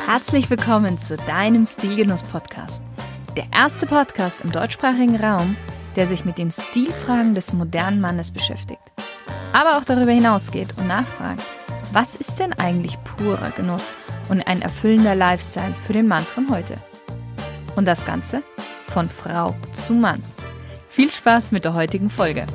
Herzlich willkommen zu deinem Stilgenuss-Podcast. Der erste Podcast im deutschsprachigen Raum, der sich mit den Stilfragen des modernen Mannes beschäftigt. Aber auch darüber hinausgeht und nachfragt, was ist denn eigentlich purer Genuss und ein erfüllender Lifestyle für den Mann von heute? Und das Ganze von Frau zu Mann. Viel Spaß mit der heutigen Folge.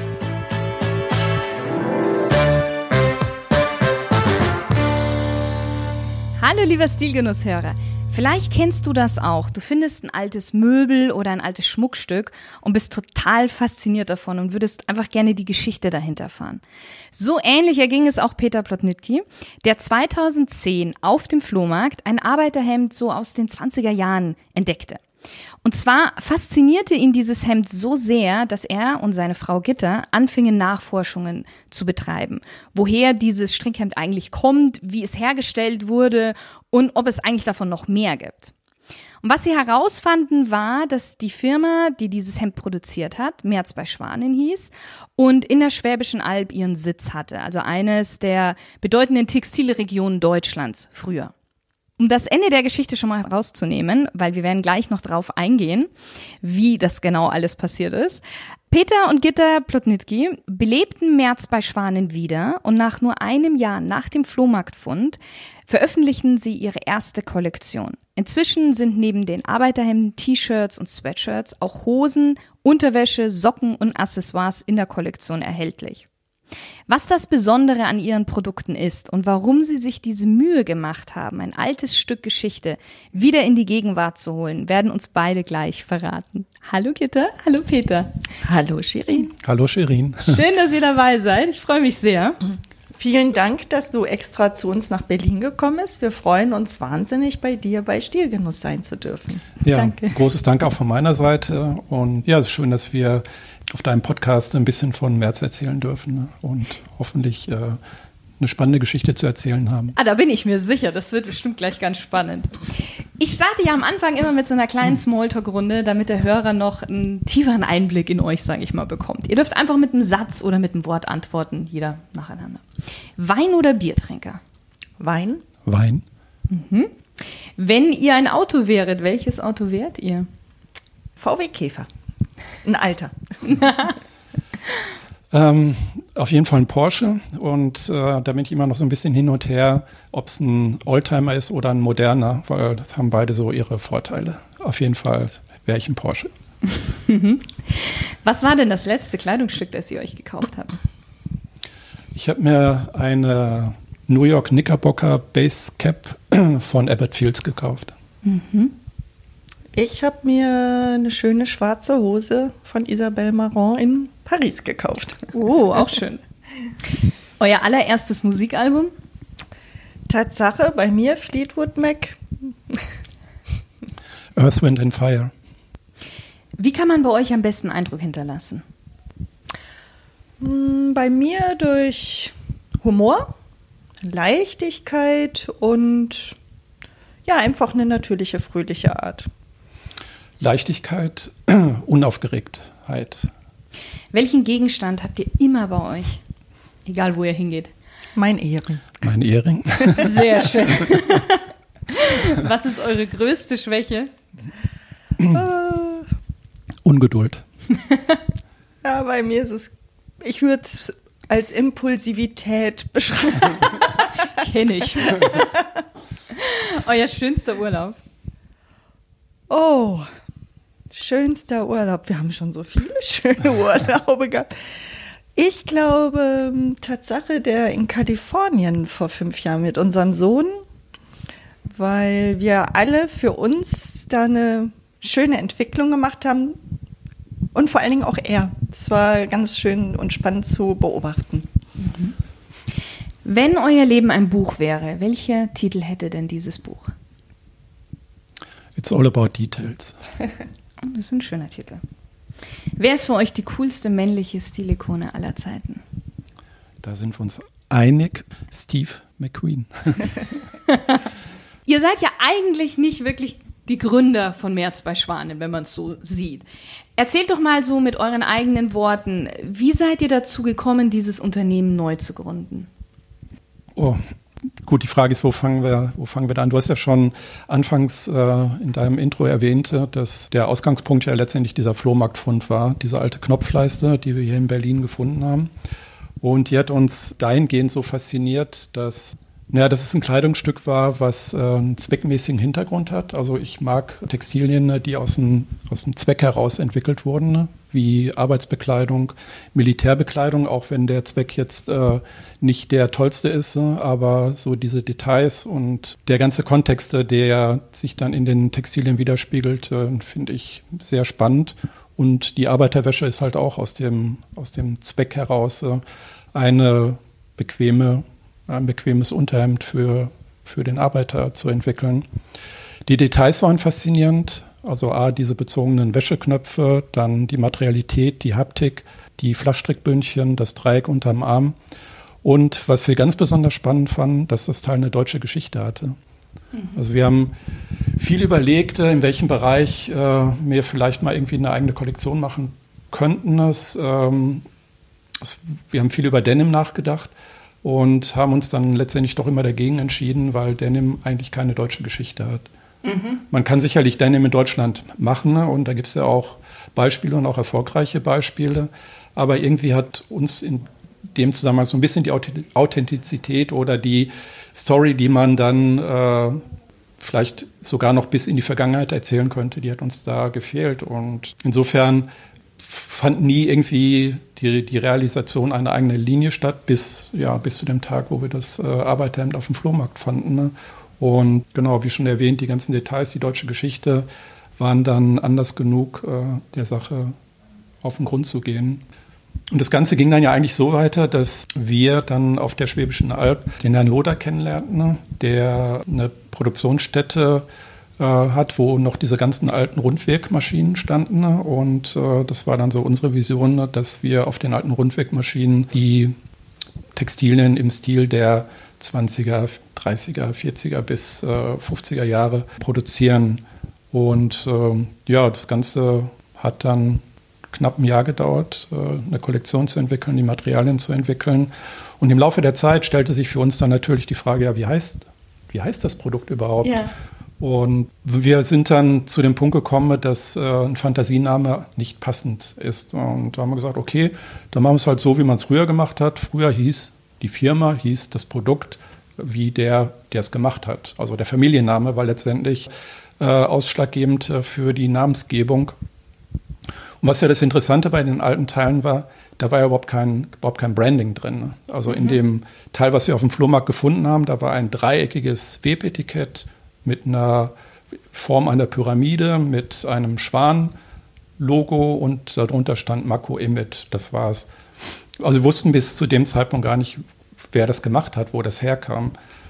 Hallo lieber Stilgenusshörer, vielleicht kennst du das auch. Du findest ein altes Möbel oder ein altes Schmuckstück und bist total fasziniert davon und würdest einfach gerne die Geschichte dahinter erfahren. So ähnlich erging es auch Peter Plotnicki, der 2010 auf dem Flohmarkt ein Arbeiterhemd so aus den 20er Jahren entdeckte. Und zwar faszinierte ihn dieses Hemd so sehr, dass er und seine Frau Gitta anfingen, Nachforschungen zu betreiben. Woher dieses Strickhemd eigentlich kommt, wie es hergestellt wurde und ob es eigentlich davon noch mehr gibt. Und was sie herausfanden, war, dass die Firma, die dieses Hemd produziert hat, Merz bei Schwanen hieß und in der Schwäbischen Alb ihren Sitz hatte. Also eines der bedeutenden Textilregionen Deutschlands früher. Um das Ende der Geschichte schon mal rauszunehmen, weil wir werden gleich noch drauf eingehen, wie das genau alles passiert ist. Peter und Gitta Plotnicki belebten Merz bei Schwanen wieder und nach nur einem Jahr nach dem Flohmarktfund veröffentlichten sie ihre erste Kollektion. Inzwischen sind neben den Arbeiterhemden, T-Shirts und Sweatshirts auch Hosen, Unterwäsche, Socken und Accessoires in der Kollektion erhältlich. Was das Besondere an ihren Produkten ist und warum sie sich diese Mühe gemacht haben, ein altes Stück Geschichte wieder in die Gegenwart zu holen, werden uns beide gleich verraten. Hallo Gitta, hallo Peter. Hallo Shirin. Hallo Shirin. Schön, dass ihr dabei seid. Ich freue mich sehr. Vielen Dank, dass du extra zu uns nach Berlin gekommen bist. Wir freuen uns wahnsinnig, bei dir bei Stilgenuss sein zu dürfen. Ja, Danke. Großes Dank auch von meiner Seite. Und ja, es ist schön, dass wir auf deinem Podcast ein bisschen von Merz erzählen dürfen und hoffentlich eine spannende Geschichte zu erzählen haben. Da bin ich mir sicher. Das wird bestimmt gleich ganz spannend. Ich starte ja am Anfang immer mit so einer kleinen Smalltalk-Runde, damit der Hörer noch einen tieferen Einblick in euch, sage ich mal, bekommt. Ihr dürft einfach mit einem Satz oder mit einem Wort antworten, jeder nacheinander. Wein oder Biertrinker? Wein. Wein. Mhm. Wenn ihr ein Auto wäret, welches Auto wärt ihr? VW Käfer. Ein alter. Auf jeden Fall ein Porsche und da bin ich immer noch so ein bisschen hin und her, ob es ein Oldtimer ist oder ein moderner, weil das haben beide so ihre Vorteile. Auf jeden Fall wäre ich ein Porsche. Was war denn das letzte Kleidungsstück, das ihr euch gekauft habt? Ich habe mir eine New York Knickerbocker Base Cap von Abbott Fields gekauft. Mhm. Ich habe mir eine schöne schwarze Hose von Isabelle Marant in Paris gekauft. Oh, auch schön. Euer allererstes Musikalbum? Tatsache, bei mir Fleetwood Mac. Earth, Wind and Fire. Wie kann man bei euch am besten Eindruck hinterlassen? Bei mir durch Humor, Leichtigkeit und ja, einfach eine natürliche, fröhliche Art. Leichtigkeit, Unaufgeregtheit. Welchen Gegenstand habt ihr immer bei euch? Egal, wo ihr hingeht. Mein Ehering. Mein Ehering. Sehr schön. Was ist eure größte Schwäche? Ungeduld. Ja, bei mir ist es, ich würde es als Impulsivität beschreiben. Kenn ich. Euer schönster Urlaub? Oh, schönster Urlaub. Wir haben schon so viele schöne Urlaube gehabt. Ich glaube, Tatsache, der in Kalifornien vor 5 Jahren mit unserem Sohn, weil wir alle für uns da eine schöne Entwicklung gemacht haben und vor allen Dingen auch er. Es war ganz schön und spannend zu beobachten. Mhm. Wenn euer Leben ein Buch wäre, welcher Titel hätte denn dieses Buch? It's all about details. Das ist ein schöner Titel. Wer ist für euch die coolste männliche Stilikone aller Zeiten? Da sind wir uns einig. Steve McQueen. Ihr seid ja eigentlich nicht wirklich die Gründer von Merz bei Schwanen, wenn man es so sieht. Erzählt doch mal so mit euren eigenen Worten, wie seid ihr dazu gekommen, dieses Unternehmen neu zu gründen? Oh, Gut, die Frage ist, wo fangen wir da an? Du hast ja schon anfangs in deinem Intro erwähnt, dass der Ausgangspunkt ja letztendlich dieser Flohmarktfund war, diese alte Knopfleiste, die wir hier in Berlin gefunden haben. Und die hat uns dahingehend so fasziniert, dass es ein Kleidungsstück war, was einen zweckmäßigen Hintergrund hat. Also ich mag Textilien, die aus dem Zweck heraus entwickelt wurden, wie Arbeitsbekleidung, Militärbekleidung, auch wenn der Zweck jetzt nicht der tollste ist, aber so diese Details und der ganze Kontext, der sich dann in den Textilien widerspiegelt, finde ich sehr spannend. Und die Arbeiterwäsche ist halt auch aus dem Zweck heraus ein bequemes Unterhemd für den Arbeiter zu entwickeln. Die Details waren faszinierend, also diese bezogenen Wäscheknöpfe, dann die Materialität, die Haptik, die Flaschstrickbündchen, das Dreieck unterm Arm und was wir ganz besonders spannend fanden, dass das Teil eine deutsche Geschichte hatte. Also wir haben viel überlegt, in welchem Bereich wir vielleicht mal irgendwie eine eigene Kollektion machen könnten. Wir haben viel über Denim nachgedacht und haben uns dann letztendlich doch immer dagegen entschieden, weil Denim eigentlich keine deutsche Geschichte hat. Man kann sicherlich Denim in Deutschland machen und da gibt es ja auch Beispiele und auch erfolgreiche Beispiele, aber irgendwie hat uns in dem Zusammenhang so ein bisschen die Authentizität oder die Story, die man dann vielleicht sogar noch bis in die Vergangenheit erzählen könnte, die hat uns da gefehlt und insofern fand nie irgendwie die Realisation einer eigenen Linie statt, bis zu dem Tag, wo wir das Arbeiterhemd auf dem Flohmarkt fanden. Ne? Und genau, wie schon erwähnt, die ganzen Details, die deutsche Geschichte, waren dann Anlass genug, der Sache auf den Grund zu gehen. Und das Ganze ging dann ja eigentlich so weiter, dass wir dann auf der Schwäbischen Alb den Herrn Loder kennenlernten, ne? Der eine Produktionsstätte hat, wo noch diese ganzen alten Rundwegmaschinen standen. Und das war dann so unsere Vision, dass wir auf den alten Rundwegmaschinen die Textilien im Stil der 20er, 30er, 40er bis 50er Jahre produzieren. Und das Ganze hat dann knapp ein Jahr gedauert, eine Kollektion zu entwickeln, die Materialien zu entwickeln. Und im Laufe der Zeit stellte sich für uns dann natürlich die Frage, wie heißt das Produkt überhaupt? Ja. Und wir sind dann zu dem Punkt gekommen, dass ein Fantasiename nicht passend ist. Und da haben wir gesagt, okay, dann machen wir es halt so, wie man es früher gemacht hat. Früher hieß das Produkt, wie der es gemacht hat. Also der Familienname war letztendlich ausschlaggebend für die Namensgebung. Und was ja das Interessante bei den alten Teilen war, da war ja überhaupt kein Branding drin. Also in dem Teil, was wir auf dem Flohmarkt gefunden haben, da war ein dreieckiges Webetikett mit einer Form einer Pyramide, mit einem Schwan-Logo und darunter stand Mako Emit. Das war's. Also wir wussten bis zu dem Zeitpunkt gar nicht, wer das gemacht hat, wo das herkam.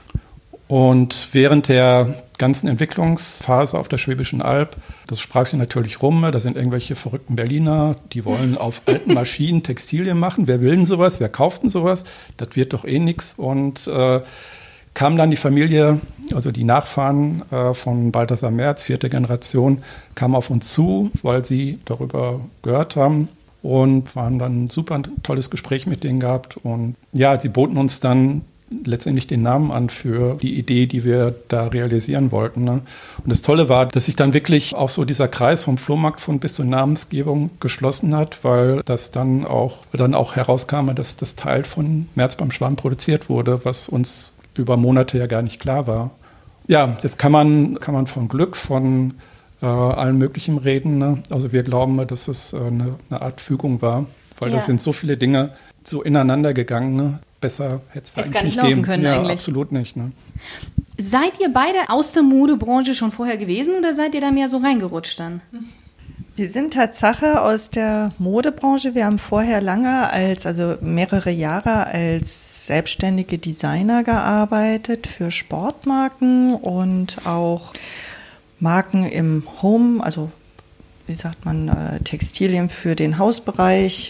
Und während der ganzen Entwicklungsphase auf der Schwäbischen Alb, das sprach sich natürlich rum, da sind irgendwelche verrückten Berliner, die wollen auf alten Maschinen Textilien machen. Wer will denn sowas? Wer kauft denn sowas? Das wird doch eh nichts. Und kam dann die Familie, also die Nachfahren von Balthasar Merz, 4. Generation, kamen auf uns zu, weil sie darüber gehört haben und waren dann ein super tolles Gespräch mit denen gehabt. Und ja, sie boten uns dann letztendlich den Namen an für die Idee, die wir da realisieren wollten. Ne? Und das Tolle war, dass sich dann wirklich auch so dieser Kreis vom Flohmarktfund bis zur Namensgebung geschlossen hat, weil das dann auch herauskam, dass das Teil von Merz beim Schwan produziert wurde, was uns über Monate ja gar nicht klar war. Ja, jetzt kann man von Glück, von allen möglichen reden. Ne? Also wir glauben, dass es eine Art Fügung war, weil das sind so viele Dinge so ineinander gegangen. Ne? Besser hätte es eigentlich gar nicht laufen können. Ja, eigentlich. Absolut nicht. Ne? Seid ihr beide aus der Modebranche schon vorher gewesen oder seid ihr da mehr so reingerutscht dann? Wir sind Tatsache aus der Modebranche. Wir haben vorher mehrere Jahre als selbstständige Designer gearbeitet für Sportmarken und auch Marken im Home, also wie sagt man, Textilien für den Hausbereich.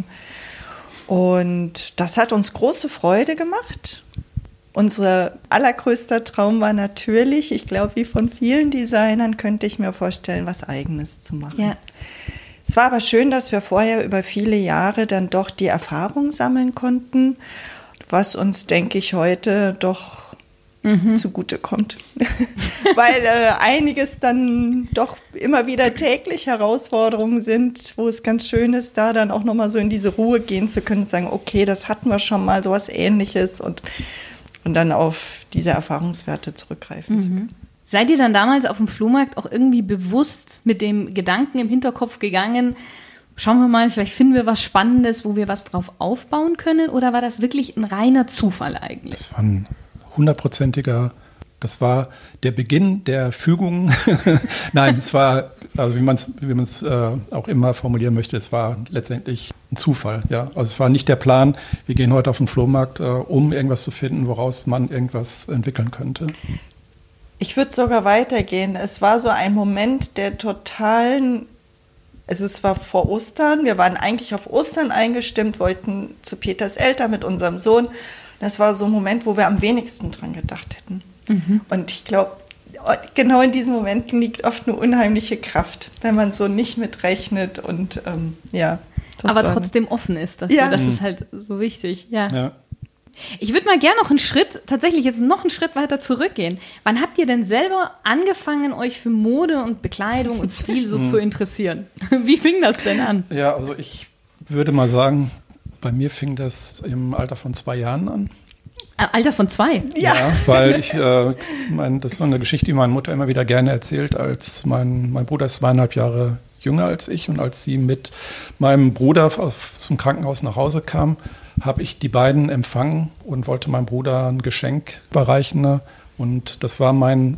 Und das hat uns große Freude gemacht. Unser allergrößter Traum war natürlich, ich glaube, wie von vielen Designern, könnte ich mir vorstellen, was Eigenes zu machen. Ja. Es war aber schön, dass wir vorher über viele Jahre dann doch die Erfahrung sammeln konnten, was uns, denke ich, heute doch zugutekommt. Weil einiges dann doch immer wieder täglich Herausforderungen sind, wo es ganz schön ist, da dann auch nochmal so in diese Ruhe gehen zu können und sagen, okay, das hatten wir schon mal, sowas Ähnliches und dann auf diese Erfahrungswerte zurückgreifen zu können. Seid ihr dann damals auf dem Flohmarkt auch irgendwie bewusst mit dem Gedanken im Hinterkopf gegangen, schauen wir mal, vielleicht finden wir was Spannendes, wo wir was drauf aufbauen können? Oder war das wirklich ein reiner Zufall eigentlich? Das war ein 100%iger, das war der Beginn der Fügung. Nein, es war, also wie man es auch immer formulieren möchte, es war letztendlich ein Zufall. Ja? Also es war nicht der Plan, wir gehen heute auf den Flohmarkt, um irgendwas zu finden, woraus man irgendwas entwickeln könnte. Ich würde sogar weitergehen. Es war so ein Moment der totalen, also es war vor Ostern, wir waren eigentlich auf Ostern eingestimmt, wollten zu Peters Eltern mit unserem Sohn. Das war so ein Moment, wo wir am wenigsten dran gedacht hätten. Und ich glaube, genau in diesen Momenten liegt oft eine unheimliche Kraft, wenn man so nicht mitrechnet und aber trotzdem offen ist dafür. Ja. Das ist halt so wichtig. Ja. Ich würde mal gerne noch einen Schritt weiter zurückgehen. Wann habt ihr denn selber angefangen, euch für Mode und Bekleidung und Stil so zu interessieren? Wie fing das denn an? Ja, also ich würde mal sagen, bei mir fing das im Alter von 2 Jahren an. Alter von 2? Ja, weil das ist so eine Geschichte, die meine Mutter immer wieder gerne erzählt, als mein Bruder ist 2,5 Jahre jünger als ich und als sie mit meinem Bruder zum Krankenhaus nach Hause kam, habe ich die beiden empfangen und wollte meinem Bruder ein Geschenk überreichen. Und das war mein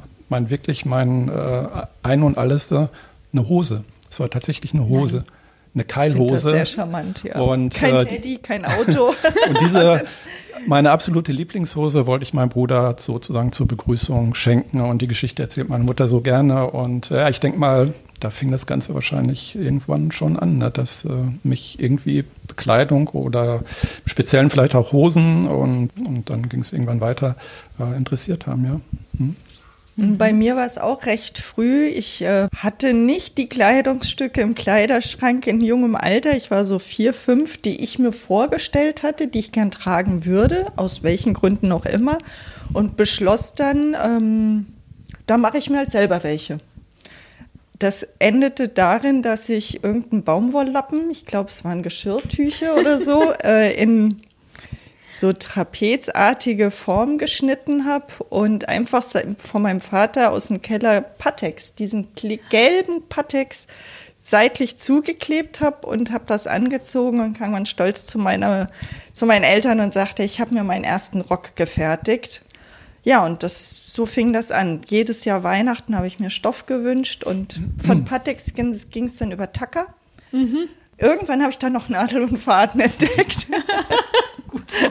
Ein und Alles, eine Hose. Es war tatsächlich eine Hose. Nein. Eine Keilhose. Ich finde das sehr charmant, ja. Und, kein Teddy, kein Auto. Und meine absolute Lieblingshose wollte ich meinem Bruder sozusagen zur Begrüßung schenken. Und die Geschichte erzählt meine Mutter so gerne. Und ich denke mal, da fing das Ganze wahrscheinlich irgendwann schon an, ne, dass mich irgendwie Bekleidung oder im Speziellen vielleicht auch Hosen und dann ging es irgendwann weiter interessiert haben, ja. Bei mir war es auch recht früh. Ich hatte nicht die Kleidungsstücke im Kleiderschrank in jungem Alter. Ich war so 4, 5, die ich mir vorgestellt hatte, die ich gern tragen würde, aus welchen Gründen auch immer. Und beschloss dann, da mache ich mir halt selber welche. Das endete darin, dass ich irgendeinen Baumwolllappen, ich glaube, es waren Geschirrtücher oder so, in so trapezartige Form geschnitten habe und einfach von meinem Vater aus dem Keller Pateks, diesen gelben Pateks, seitlich zugeklebt habe und habe das angezogen und kam dann stolz zu meinen Eltern und sagte, ich habe mir meinen ersten Rock gefertigt. Ja, und so fing das an. Jedes Jahr Weihnachten habe ich mir Stoff gewünscht und von Pateks ging es dann über Tacker. Irgendwann habe ich dann noch Nadel und Faden entdeckt. Gut so.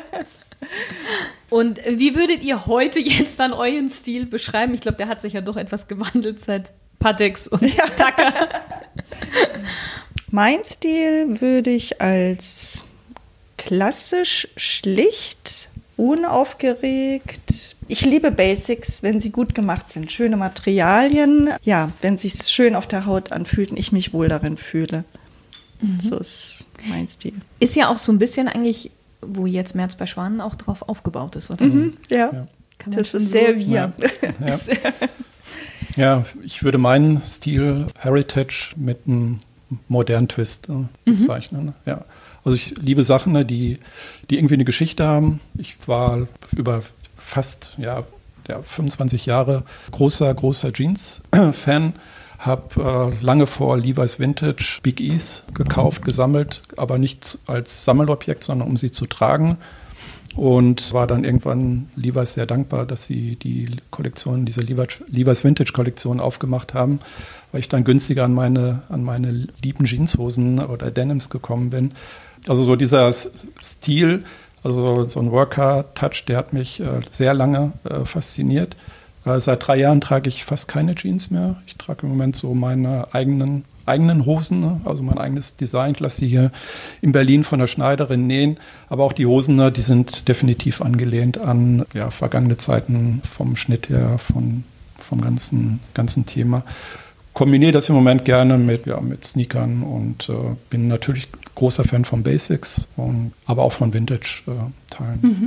Und wie würdet ihr heute jetzt dann euren Stil beschreiben? Ich glaube, der hat sich ja doch etwas gewandelt seit Pateks und Tacker. Mein Stil würde ich als klassisch, schlicht, unaufgeregt. Ich liebe Basics, wenn sie gut gemacht sind. Schöne Materialien. Ja, wenn es sich schön auf der Haut anfühlt und ich mich wohl darin fühle. So ist mein Stil. Ist ja auch so ein bisschen eigentlich, wo jetzt März bei Schwanen auch drauf aufgebaut ist, oder? Ja. Das ist sehr wir. Ja, ich würde meinen Stil Heritage mit einem modernen Twist bezeichnen. Ja. Also ich liebe Sachen, die irgendwie eine Geschichte haben. Ich war über fast 25 Jahre großer Jeans-Fan. Habe lange vor Levi's Vintage Big E's gekauft, gesammelt, aber nicht als Sammelobjekt, sondern um sie zu tragen. Und war dann irgendwann Levi's sehr dankbar, dass sie die Kollektion, diese Levi's Vintage Kollektion aufgemacht haben, weil ich dann günstiger an meine lieben Jeanshosen oder Denims gekommen bin. Also so dieser Stil, also so ein Worker-Touch, der hat mich sehr lange fasziniert. Seit 3 Jahren trage ich fast keine Jeans mehr. Ich trage im Moment so meine eigenen Hosen, ne? Also mein eigenes Design. Ich lasse die hier in Berlin von der Schneiderin nähen. Aber auch die Hosen, ne, die sind definitiv angelehnt an vergangene Zeiten vom Schnitt her, vom ganzen Thema. Kombiniere das im Moment gerne mit Sneakern und bin natürlich großer Fan von Basics, aber auch von Vintage-Teilen.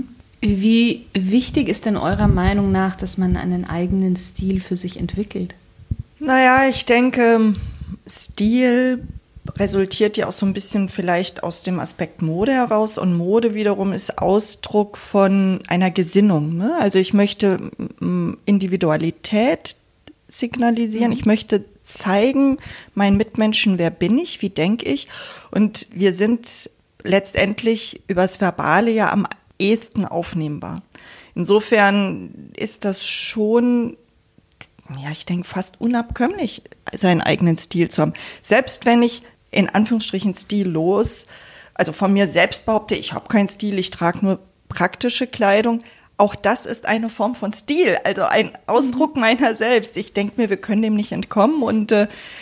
Wie wichtig ist denn eurer Meinung nach, dass man einen eigenen Stil für sich entwickelt? Naja, ich denke, Stil resultiert ja auch so ein bisschen vielleicht aus dem Aspekt Mode heraus. Und Mode wiederum ist Ausdruck von einer Gesinnung. Ne? Also ich möchte Individualität signalisieren. Ich möchte zeigen meinen Mitmenschen, wer bin ich, wie denke ich. Und wir sind letztendlich übers Verbale ja am ehesten aufnehmbar. Insofern ist das schon, ja, ich denke, fast unabkömmlich, seinen eigenen Stil zu haben. Selbst wenn ich in Anführungsstrichen stillos, also von mir selbst behaupte, ich habe keinen Stil, ich trage nur praktische Kleidung. Auch das ist eine Form von Stil, also ein Ausdruck meiner selbst. Ich denke mir, wir können dem nicht entkommen und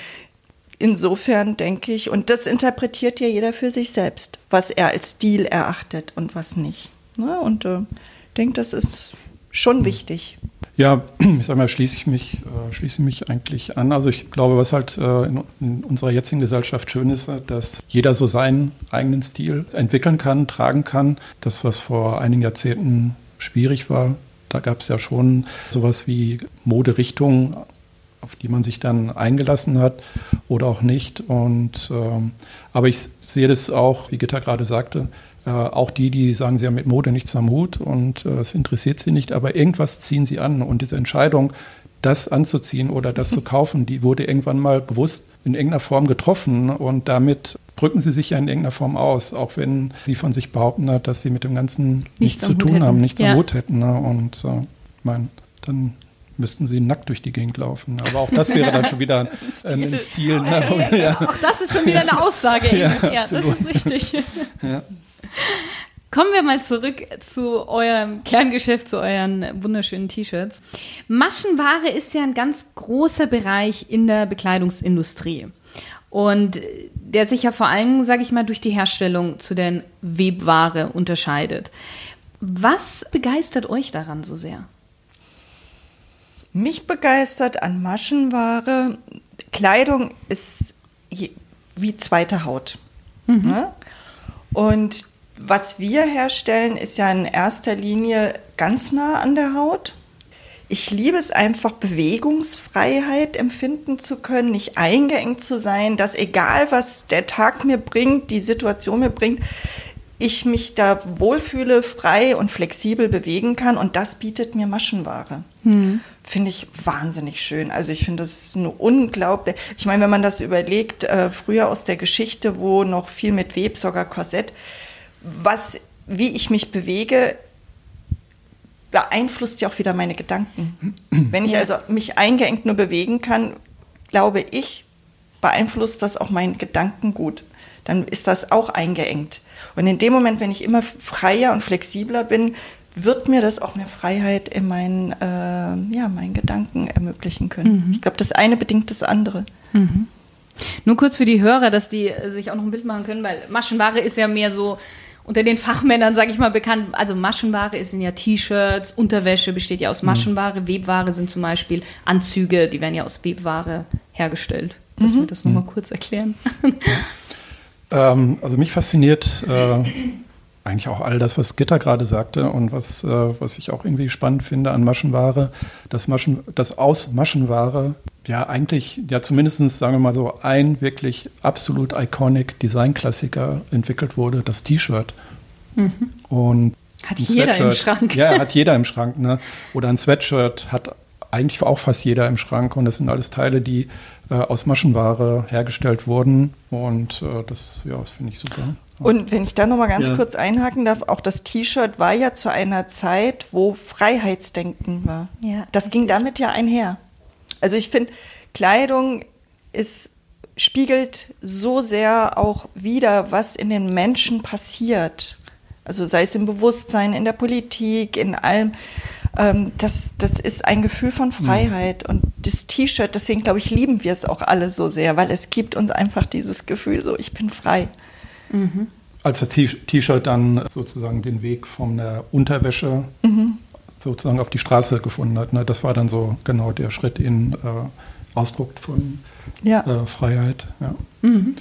insofern denke ich, und das interpretiert ja jeder für sich selbst, was er als Stil erachtet und was nicht. Ne? Und ich denke, das ist schon wichtig. Ja, ich sag mal, schließe ich mich eigentlich an. Also ich glaube, was halt in unserer jetzigen Gesellschaft schön ist, dass jeder so seinen eigenen Stil entwickeln kann, tragen kann. Das, was vor einigen Jahrzehnten schwierig war, da gab es ja schon sowas wie Moderichtungen, auf die man sich dann eingelassen hat oder auch nicht. Und aber ich sehe das auch, wie Gitta gerade sagte, auch die sagen, sie haben mit Mode nichts am Hut und es interessiert sie nicht, aber irgendwas ziehen sie an. Und diese Entscheidung, das anzuziehen oder das zu kaufen, die wurde irgendwann mal bewusst in irgendeiner Form getroffen und damit drücken sie sich ja in irgendeiner Form aus, auch wenn sie von sich behaupten, dass sie mit dem Ganzen nichts zu tun haben, nichts am Hut hätten. Und ich meine, dann müssten sie nackt durch die Gegend laufen. Aber auch das wäre dann schon wieder ein Stil. Ne? Ja. Auch das ist schon wieder eine Aussage. Ja, das ist richtig. Ja. Kommen wir mal zurück zu eurem Kerngeschäft, zu euren wunderschönen T-Shirts. Maschenware ist ja ein ganz großer Bereich in der Bekleidungsindustrie. Und der sich ja vor allem, sage ich mal, durch die Herstellung zu der Webware unterscheidet. Was begeistert euch daran so sehr? Mich begeistert an Maschenware, Kleidung ist wie zweite Haut. Mhm. Ne? Und was wir herstellen, ist ja in erster Linie ganz nah an der Haut. Ich liebe es einfach, Bewegungsfreiheit empfinden zu können, nicht eingeengt zu sein, dass egal, was der Tag mir bringt, die Situation mir bringt, ich mich da wohlfühle, frei und flexibel bewegen kann. Und das bietet mir Maschenware. Finde ich wahnsinnig schön. Also ich finde, das ist eine unglaubliche, ich meine, wenn man das überlegt, früher aus der Geschichte, wo noch viel mit Web, sogar Korsett, wie ich mich bewege, beeinflusst ja auch wieder meine Gedanken. Wenn ich also mich eingeengt nur bewegen kann, glaube ich, beeinflusst das auch mein Gedankengut. Dann ist das auch eingeengt. Und in dem Moment, wenn ich immer freier und flexibler bin, wird mir das auch mehr Freiheit in meinen Gedanken ermöglichen können. Ich glaube, das eine bedingt das andere. Nur kurz für die Hörer, dass die sich auch noch ein Bild machen können, weil Maschenware ist ja mehr so unter den Fachmännern, sage ich mal, bekannt. Also Maschenware sind ja T-Shirts, Unterwäsche besteht ja aus Maschenware, Webware sind zum Beispiel Anzüge, die werden ja aus Webware hergestellt. Dass wir das nochmal kurz erklären. Also mich fasziniert eigentlich auch all das, was Gitta gerade sagte und was ich auch irgendwie spannend finde an Maschenware, dass aus Maschenware ja eigentlich, ja zumindest sagen wir mal so, ein wirklich absolut iconic Designklassiker entwickelt wurde, das T-Shirt. Und hat jeder im Schrank. Ja, hat jeder im Schrank. Ne? Oder ein Sweatshirt hat eigentlich auch fast jeder im Schrank und das sind alles Teile, die aus Maschenware hergestellt wurden und das finde ich super. Und wenn ich da nochmal ganz kurz einhaken darf, auch das T-Shirt war ja zu einer Zeit, wo Freiheitsdenken war. Ja. Das ging damit ja einher. Also ich finde, Kleidung spiegelt so sehr auch wider, was in den Menschen passiert. Also sei es im Bewusstsein, in der Politik, in allem. Das ist ein Gefühl von Freiheit. Und das T-Shirt, deswegen glaube ich, lieben wir es auch alle so sehr, weil es gibt uns einfach dieses Gefühl, so ich bin frei. Als das T-Shirt dann sozusagen den Weg von der Unterwäsche sozusagen auf die Straße gefunden hat, ne? Das war dann so genau der Schritt in Ausdruck von Freiheit. Ja.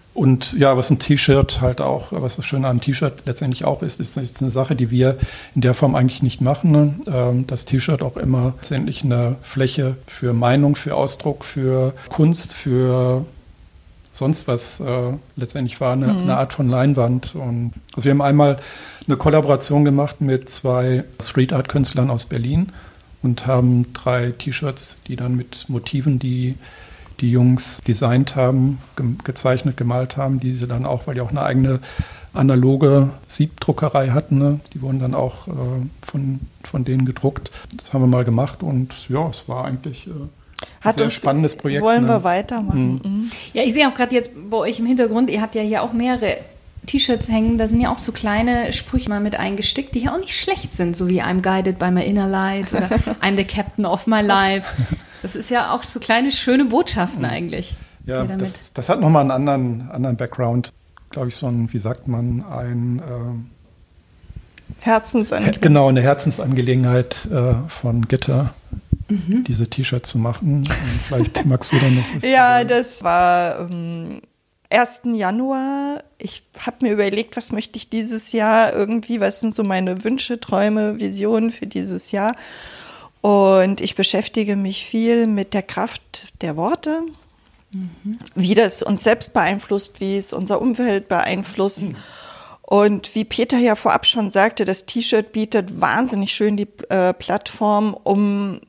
Und ja, was ein T-Shirt halt auch, was das Schöne am T-Shirt letztendlich auch ist eine Sache, die wir in der Form eigentlich nicht machen. Ne? Das T-Shirt auch immer letztendlich eine Fläche für Meinung, für Ausdruck, für Kunst, für sonst was letztendlich war, eine Art von Leinwand. Und also wir haben einmal eine Kollaboration gemacht mit 2 Street-Art-Künstlern aus Berlin und haben 3 T-Shirts, die dann mit Motiven, die Jungs designt haben, gezeichnet, gemalt haben, die sie dann auch, weil die auch eine eigene analoge Siebdruckerei hatten, ne? Die wurden dann auch von denen gedruckt. Das haben wir mal gemacht und ja, es war eigentlich ein sehr spannendes Projekt. Wollen wir weitermachen. Ja, ich sehe auch gerade jetzt bei euch im Hintergrund, ihr habt ja hier auch mehrere T-Shirts hängen, da sind ja auch so kleine Sprüche mal mit eingestickt, die ja auch nicht schlecht sind, so wie I'm guided by my inner light oder I'm the captain of my life. Das ist ja auch so kleine, schöne Botschaften eigentlich. Ja, das hat nochmal einen anderen Background. Glaube ich, so ein, wie sagt man, ein Herzensangelegenheit. Genau, eine Herzensangelegenheit von Gitter, diese T-Shirts zu machen. Und vielleicht magst du dann noch was Ja, das war 1. Januar. Ich habe mir überlegt, was möchte ich dieses Jahr irgendwie, was sind so meine Wünsche, Träume, Visionen für dieses Jahr. Und ich beschäftige mich viel mit der Kraft der Worte, wie das uns selbst beeinflusst, wie es unser Umfeld beeinflusst. Und wie Peter ja vorab schon sagte, das T-Shirt bietet wahnsinnig schön die Plattform, um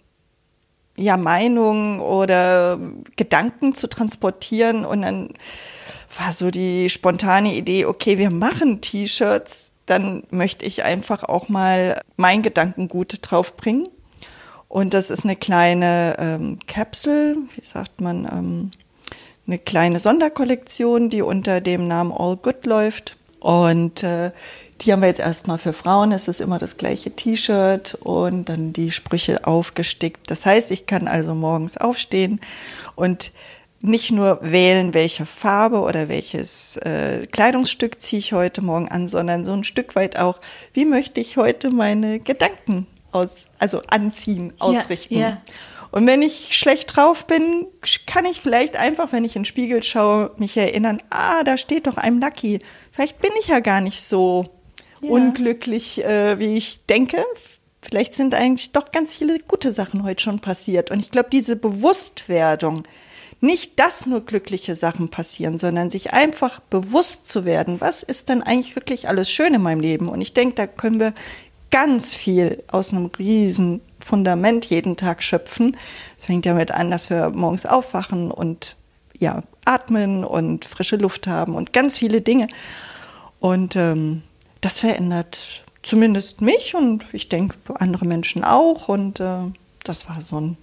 ja Meinungen oder Gedanken zu transportieren. Und dann war so die spontane Idee, okay, wir machen T-Shirts, dann möchte ich einfach auch mal mein Gedankengut draufbringen. Und das ist eine kleine Kapsel, wie sagt man, eine kleine Sonderkollektion, die unter dem Namen All Good läuft. Und die haben wir jetzt erstmal für Frauen. Es ist immer das gleiche T-Shirt und dann die Sprüche aufgestickt. Das heißt, ich kann also morgens aufstehen und nicht nur wählen, welche Farbe oder welches Kleidungsstück ziehe ich heute Morgen an, sondern so ein Stück weit auch, wie möchte ich heute meine Gedanken anziehen, ausrichten. Ja. Und wenn ich schlecht drauf bin, kann ich vielleicht einfach, wenn ich in den Spiegel schaue, mich erinnern, da steht doch I'm lucky. Vielleicht bin ich ja gar nicht so unglücklich, wie ich denke. Vielleicht sind eigentlich doch ganz viele gute Sachen heute schon passiert. Und ich glaube, diese Bewusstwerdung, nicht, dass nur glückliche Sachen passieren, sondern sich einfach bewusst zu werden, was ist denn eigentlich wirklich alles schön in meinem Leben? Und ich denke, da können wir ganz viel aus einem riesen Fundament jeden Tag schöpfen. Es fängt damit an, dass wir morgens aufwachen und atmen und frische Luft haben und ganz viele Dinge. Und das verändert zumindest mich und ich denke andere Menschen auch. Und das war so ein,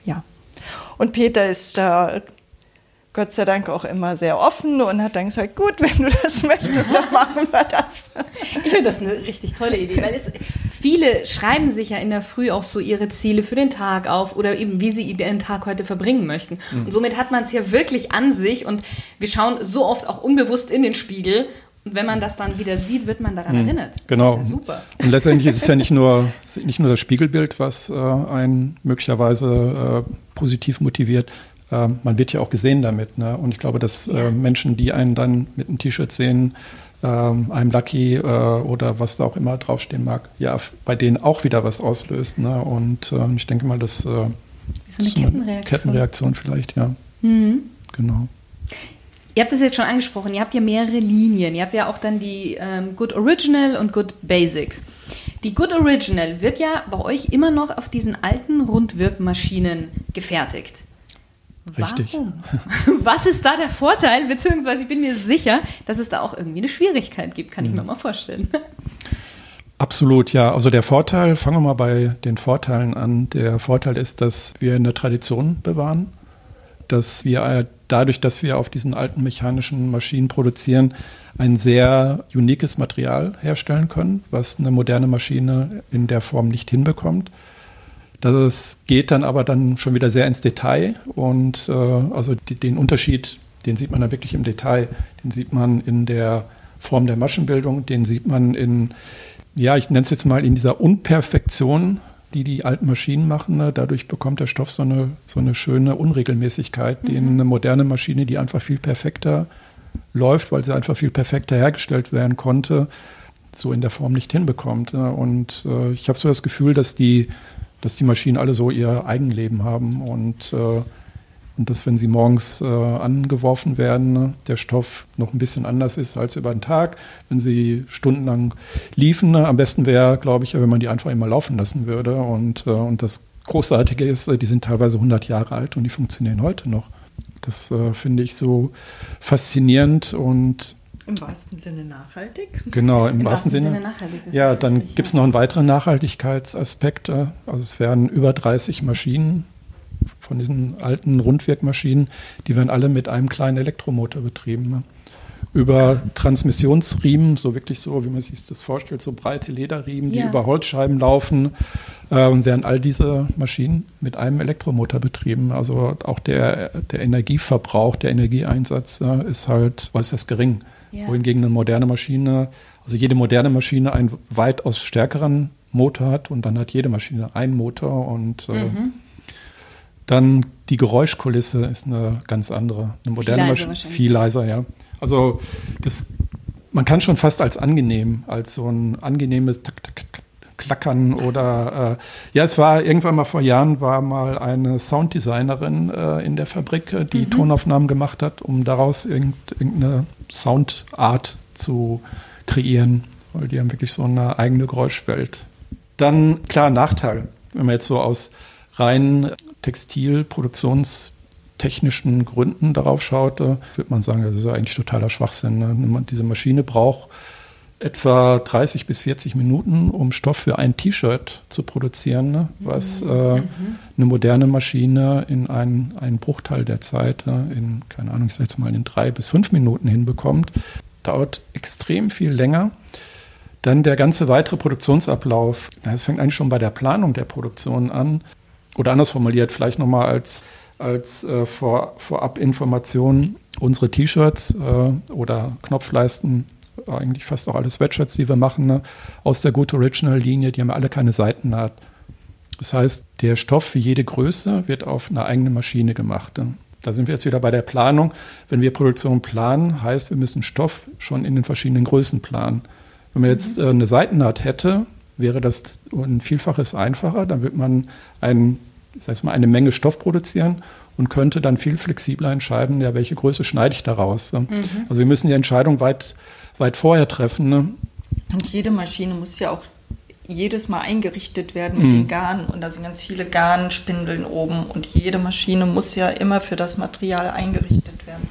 Und Peter ist da Gott sei Dank auch immer sehr offen und hat dann gesagt, gut, wenn du das möchtest, dann machen wir das. Ich finde das eine richtig tolle Idee, weil viele schreiben sich ja in der Früh auch so ihre Ziele für den Tag auf oder eben, wie sie den Tag heute verbringen möchten. Und somit hat man es ja wirklich an sich und wir schauen so oft auch unbewusst in den Spiegel. Und wenn man das dann wieder sieht, wird man daran erinnert. Genau. Das ist ja super. Und letztendlich ist es ja nicht nur das Spiegelbild, was einen möglicherweise positiv motiviert. Man wird ja auch gesehen damit. Ne? Und ich glaube, dass Menschen, die einen dann mit einem T-Shirt sehen, I'm lucky oder was da auch immer draufstehen mag, bei denen auch wieder was auslöst. Ne? Und ich denke mal, das ist eine Kettenreaktion vielleicht, ja. Genau. Ihr habt das jetzt schon angesprochen, ihr habt ja mehrere Linien. Ihr habt ja auch dann die Good Original und Good Basics. Die Good Original wird ja bei euch immer noch auf diesen alten Rundwirkmaschinen gefertigt. Richtig. Warum? Was ist da der Vorteil? Beziehungsweise ich bin mir sicher, dass es da auch irgendwie eine Schwierigkeit gibt, kann ich mir mal vorstellen. Absolut, ja. Also der Vorteil, fangen wir mal bei den Vorteilen an. Der Vorteil ist, dass wir eine Tradition bewahren, dass wir dadurch, dass wir auf diesen alten mechanischen Maschinen produzieren, ein sehr uniques Material herstellen können, was eine moderne Maschine in der Form nicht hinbekommt. Das geht dann aber dann schon wieder sehr ins Detail und also den Unterschied, den sieht man dann wirklich im Detail. Den sieht man in der Form der Maschenbildung, den sieht man ich nenne es jetzt mal in dieser Unperfektion, die alten Maschinen machen. Ne? Dadurch bekommt der Stoff so eine schöne Unregelmäßigkeit, die eine moderne Maschine, die einfach viel perfekter läuft, weil sie einfach viel perfekter hergestellt werden konnte, so in der Form nicht hinbekommt. Und ich habe so das Gefühl, dass die Maschinen alle so ihr Eigenleben haben und dass, wenn sie morgens angeworfen werden, der Stoff noch ein bisschen anders ist als über den Tag, wenn sie stundenlang liefen. Am besten wäre, glaube ich, wenn man die einfach immer laufen lassen würde. Und das Großartige ist, die sind teilweise 100 Jahre alt und die funktionieren heute noch. Das finde ich so faszinierend und im wahrsten Sinne nachhaltig. Genau, im wahrsten Sinne nachhaltig. Ja, dann gibt es noch einen weiteren Nachhaltigkeitsaspekt. Also es werden über 30 Maschinen von diesen alten Rundwirkmaschinen, die werden alle mit einem kleinen Elektromotor betrieben. Ne? Über Transmissionsriemen, so wirklich so, wie man sich das vorstellt, so breite Lederriemen, die über Holzscheiben laufen, werden all diese Maschinen mit einem Elektromotor betrieben. Also auch der Energieverbrauch, der Energieeinsatz ist halt äußerst gering. Ja. Wohingegen eine moderne Maschine, also jede moderne Maschine einen weitaus stärkeren Motor hat und dann hat jede Maschine einen Motor und dann die Geräuschkulisse ist eine ganz andere. Eine moderne Maschine viel leiser, ja. Also man kann schon fast als so ein angenehmes Klackern oder es war irgendwann mal vor Jahren mal eine Sounddesignerin in der Fabrik, die Tonaufnahmen gemacht hat, um daraus irgendeine Soundart zu kreieren, weil die haben wirklich so eine eigene Geräuschwelt. Dann, klar, Nachteil, wenn man jetzt so aus rein textilproduktionstechnischen Gründen darauf schaut, würde man sagen, das ist ja eigentlich totaler Schwachsinn. Ne? Diese Maschine braucht etwa 30 bis 40 Minuten, um Stoff für ein T-Shirt zu produzieren, ne? Was eine moderne Maschine in einen Bruchteil der Zeit, in, keine Ahnung, ich sage jetzt mal in 3 bis 5 Minuten hinbekommt. Dauert extrem viel länger. Dann der ganze weitere Produktionsablauf. Es fängt eigentlich schon bei der Planung der Produktion an. Oder anders formuliert, vielleicht nochmal als Vorab-Information, unsere T-Shirts oder Knopfleisten, eigentlich fast auch alle Sweatshirts, die wir machen, ne, aus der Good Original-Linie, die haben alle keine Seitennaht. Das heißt, der Stoff für jede Größe wird auf einer eigenen Maschine gemacht. Ne. Da sind wir jetzt wieder bei der Planung. Wenn wir Produktion planen, heißt, wir müssen Stoff schon in den verschiedenen Größen planen. Wenn man jetzt eine Seitennaht hätte, wäre das ein Vielfaches einfacher. Dann wird man eine Menge Stoff produzieren und könnte dann viel flexibler entscheiden, ja, welche Größe schneide ich daraus. Also wir müssen die Entscheidung weit vorher treffen. Ne? Und jede Maschine muss ja auch jedes Mal eingerichtet werden mit den Garnen. Und da sind ganz viele Garnspindeln oben. Und jede Maschine muss ja immer für das Material eingerichtet werden.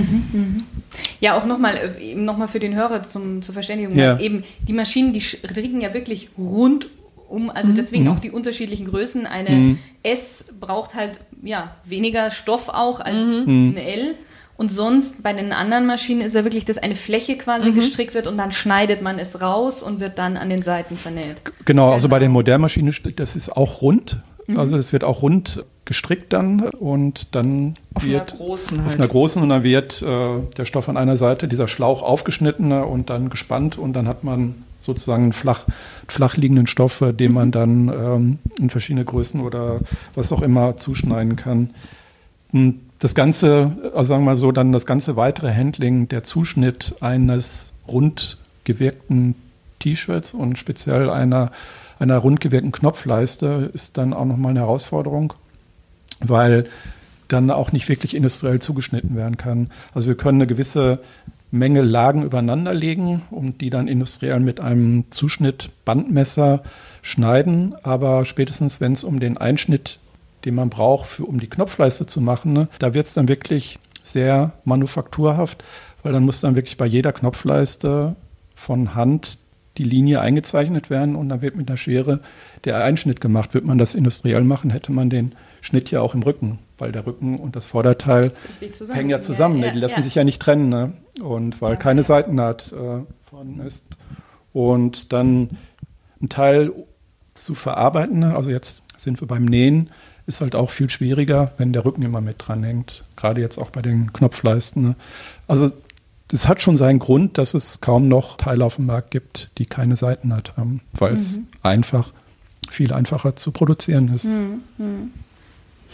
Ja, auch nochmal für den Hörer zur Verständigung. Ja. Eben die Maschinen, die kriegen ja wirklich rundum, also deswegen auch die unterschiedlichen Größen. Eine S braucht halt weniger Stoff auch als eine L. Und sonst bei den anderen Maschinen ist ja wirklich, dass eine Fläche quasi gestrickt wird und dann schneidet man es raus und wird dann an den Seiten vernäht. Genau, also bei den modernen Maschinen, das ist auch rund. Also es wird auch rund gestrickt dann und dann auf einer großen und dann wird der Stoff an einer Seite, dieser Schlauch aufgeschnitten und dann gespannt und dann hat man sozusagen einen flach liegenden Stoff, den man dann in verschiedene Größen oder was auch immer zuschneiden kann. Und das Ganze, also sagen wir mal so, dann das ganze weitere Handling, der Zuschnitt eines rund gewirkten T-Shirts und speziell einer rund gewirkten Knopfleiste ist dann auch nochmal eine Herausforderung, weil dann auch nicht wirklich industriell zugeschnitten werden kann. Also wir können eine gewisse Menge Lagen übereinander legen und die dann industriell mit einem Zuschnittbandmesser schneiden, aber spätestens, wenn es um den Einschnitt, den man braucht, um die Knopfleiste zu machen, ne, da wird es dann wirklich sehr manufakturhaft, weil dann muss dann wirklich bei jeder Knopfleiste von Hand die Linie eingezeichnet werden und dann wird mit einer Schere der Einschnitt gemacht. Würde man das industriell machen, hätte man den Schnitt ja auch im Rücken, weil der Rücken und das Vorderteil hängen ja zusammen. Die lassen sich ja nicht trennen, ne? Und weil keine Seitennaht vorhanden ist. Und dann ein Teil zu verarbeiten, ne? Also jetzt sind wir beim Nähen, ist halt auch viel schwieriger, wenn der Rücken immer mit dran hängt. Gerade jetzt auch bei den Knopfleisten. Ne? Also das hat schon seinen Grund, dass es kaum noch Teile auf dem Markt gibt, die keine Seitennaht haben, weil es viel einfacher zu produzieren ist.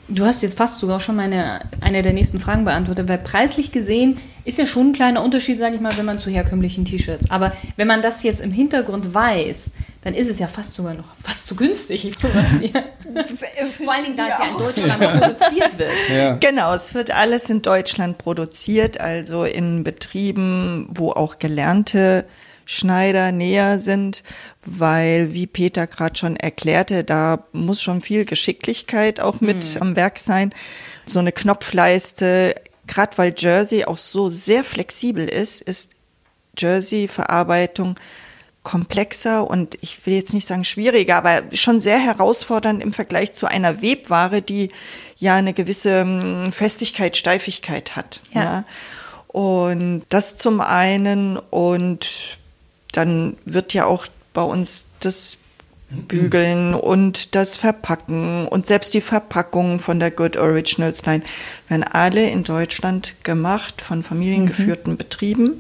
Du hast jetzt fast sogar schon eine der nächsten Fragen beantwortet, weil preislich gesehen ist ja schon ein kleiner Unterschied, sage ich mal, wenn man zu herkömmlichen T-Shirts. Aber wenn man das jetzt im Hintergrund weiß, dann ist es ja fast sogar noch fast zu günstig. Vor allen Dingen, da es ja in Deutschland produziert wird. Ja. Genau, es wird alles in Deutschland produziert, also in Betrieben, wo auch gelernte Schneider, Näher sind, weil, wie Peter gerade schon erklärte, da muss schon viel Geschicklichkeit auch mit am Werk sein. So eine Knopfleiste, gerade weil Jersey auch so sehr flexibel ist Jersey-Verarbeitung komplexer und ich will jetzt nicht sagen schwieriger, aber schon sehr herausfordernd im Vergleich zu einer Webware, die ja eine gewisse Festigkeit, Steifigkeit hat. Ja. Und das zum einen und dann wird ja auch bei uns das Bügeln und das Verpacken und selbst die Verpackungen von der Good Originals Line werden alle in Deutschland gemacht von familiengeführten Betrieben.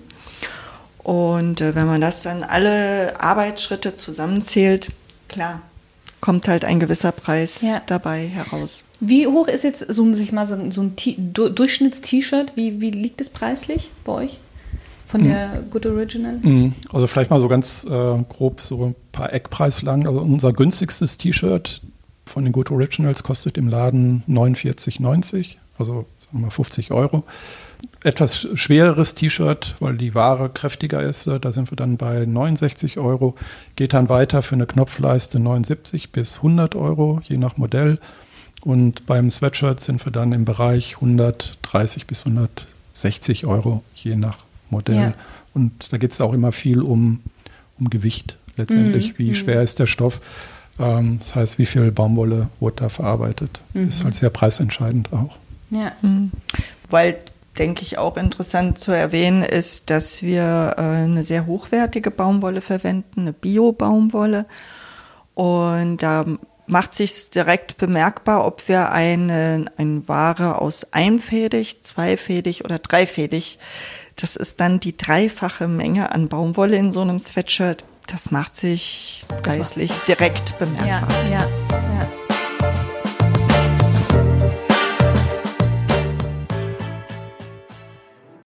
Und wenn man das dann alle Arbeitsschritte zusammenzählt, klar, kommt halt ein gewisser Preis dabei heraus. Wie hoch ist jetzt so ein Durchschnitts-T-Shirt? Wie liegt es preislich bei euch? Von der Good Original? Also vielleicht mal so ganz grob so ein paar Eckpreislagen. Also unser günstigstes T-Shirt von den Good Originals kostet im Laden 49,90, also sagen wir mal 50 €. Etwas schwereres T-Shirt, weil die Ware kräftiger ist, da sind wir dann bei 69 €. Geht dann weiter für eine Knopfleiste 79 bis 100 €, je nach Modell. Und beim Sweatshirt sind wir dann im Bereich 130 bis 160 €, je nach Modell. Ja. Und da geht es auch immer viel um Gewicht letztendlich. Wie schwer ist der Stoff? Das heißt, wie viel Baumwolle wurde da verarbeitet? Ist halt sehr preisentscheidend auch. Ja. Weil, denke ich, auch interessant zu erwähnen ist, dass wir eine sehr hochwertige Baumwolle verwenden, eine Bio-Baumwolle. Und da macht sich direkt bemerkbar, ob wir eine Ware aus einfädig, zweifädig oder dreifädig. Das ist dann die dreifache Menge an Baumwolle in so einem Sweatshirt. Das macht sich preislich direkt bemerkbar. Ja.